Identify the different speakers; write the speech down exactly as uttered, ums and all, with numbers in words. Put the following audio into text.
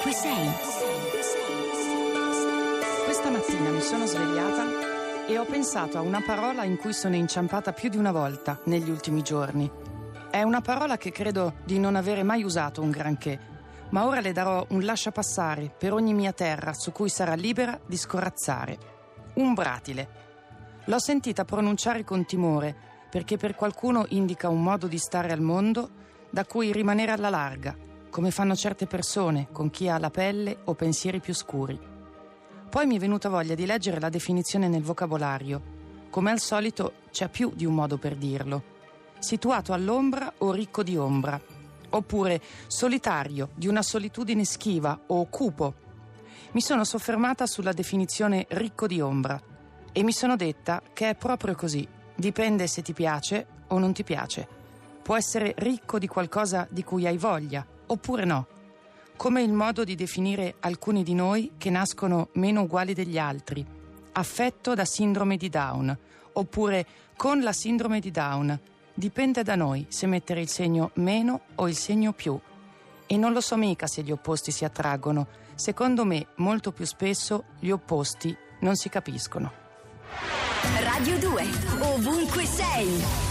Speaker 1: ovunque sei.
Speaker 2: Questa mattina mi sono svegliata e ho pensato a una parola in cui sono inciampata più di una volta negli ultimi giorni. È una parola che credo di non avere mai usato un granché, ma ora le darò un lasciapassare per ogni mia terra su cui sarà libera di scorazzare. Umbratile. L'ho sentita pronunciare con timore, perché per qualcuno indica un modo di stare al mondo da cui rimanere alla larga, come fanno certe persone con chi ha la pelle o pensieri più scuri. Poi mi è venuta voglia di leggere la definizione nel vocabolario. Come al solito c'è più di un modo per dirlo. Situato all'ombra o ricco di ombra, oppure solitario, di una solitudine schiva o cupo. Mi sono soffermata sulla definizione ricco di ombra e mi sono detta che è proprio così. Dipende se ti piace o non ti piace. Può essere ricco di qualcosa di cui hai voglia, oppure no. Come il modo di definire alcuni di noi che nascono meno uguali degli altri, affetto da sindrome di Down, oppure con la sindrome di Down. Dipende da noi se mettere il segno meno o il segno più. E non lo so mica se gli opposti si attraggono. Secondo me, molto più spesso, gli opposti non si capiscono.
Speaker 1: Radio due, ovunque sei.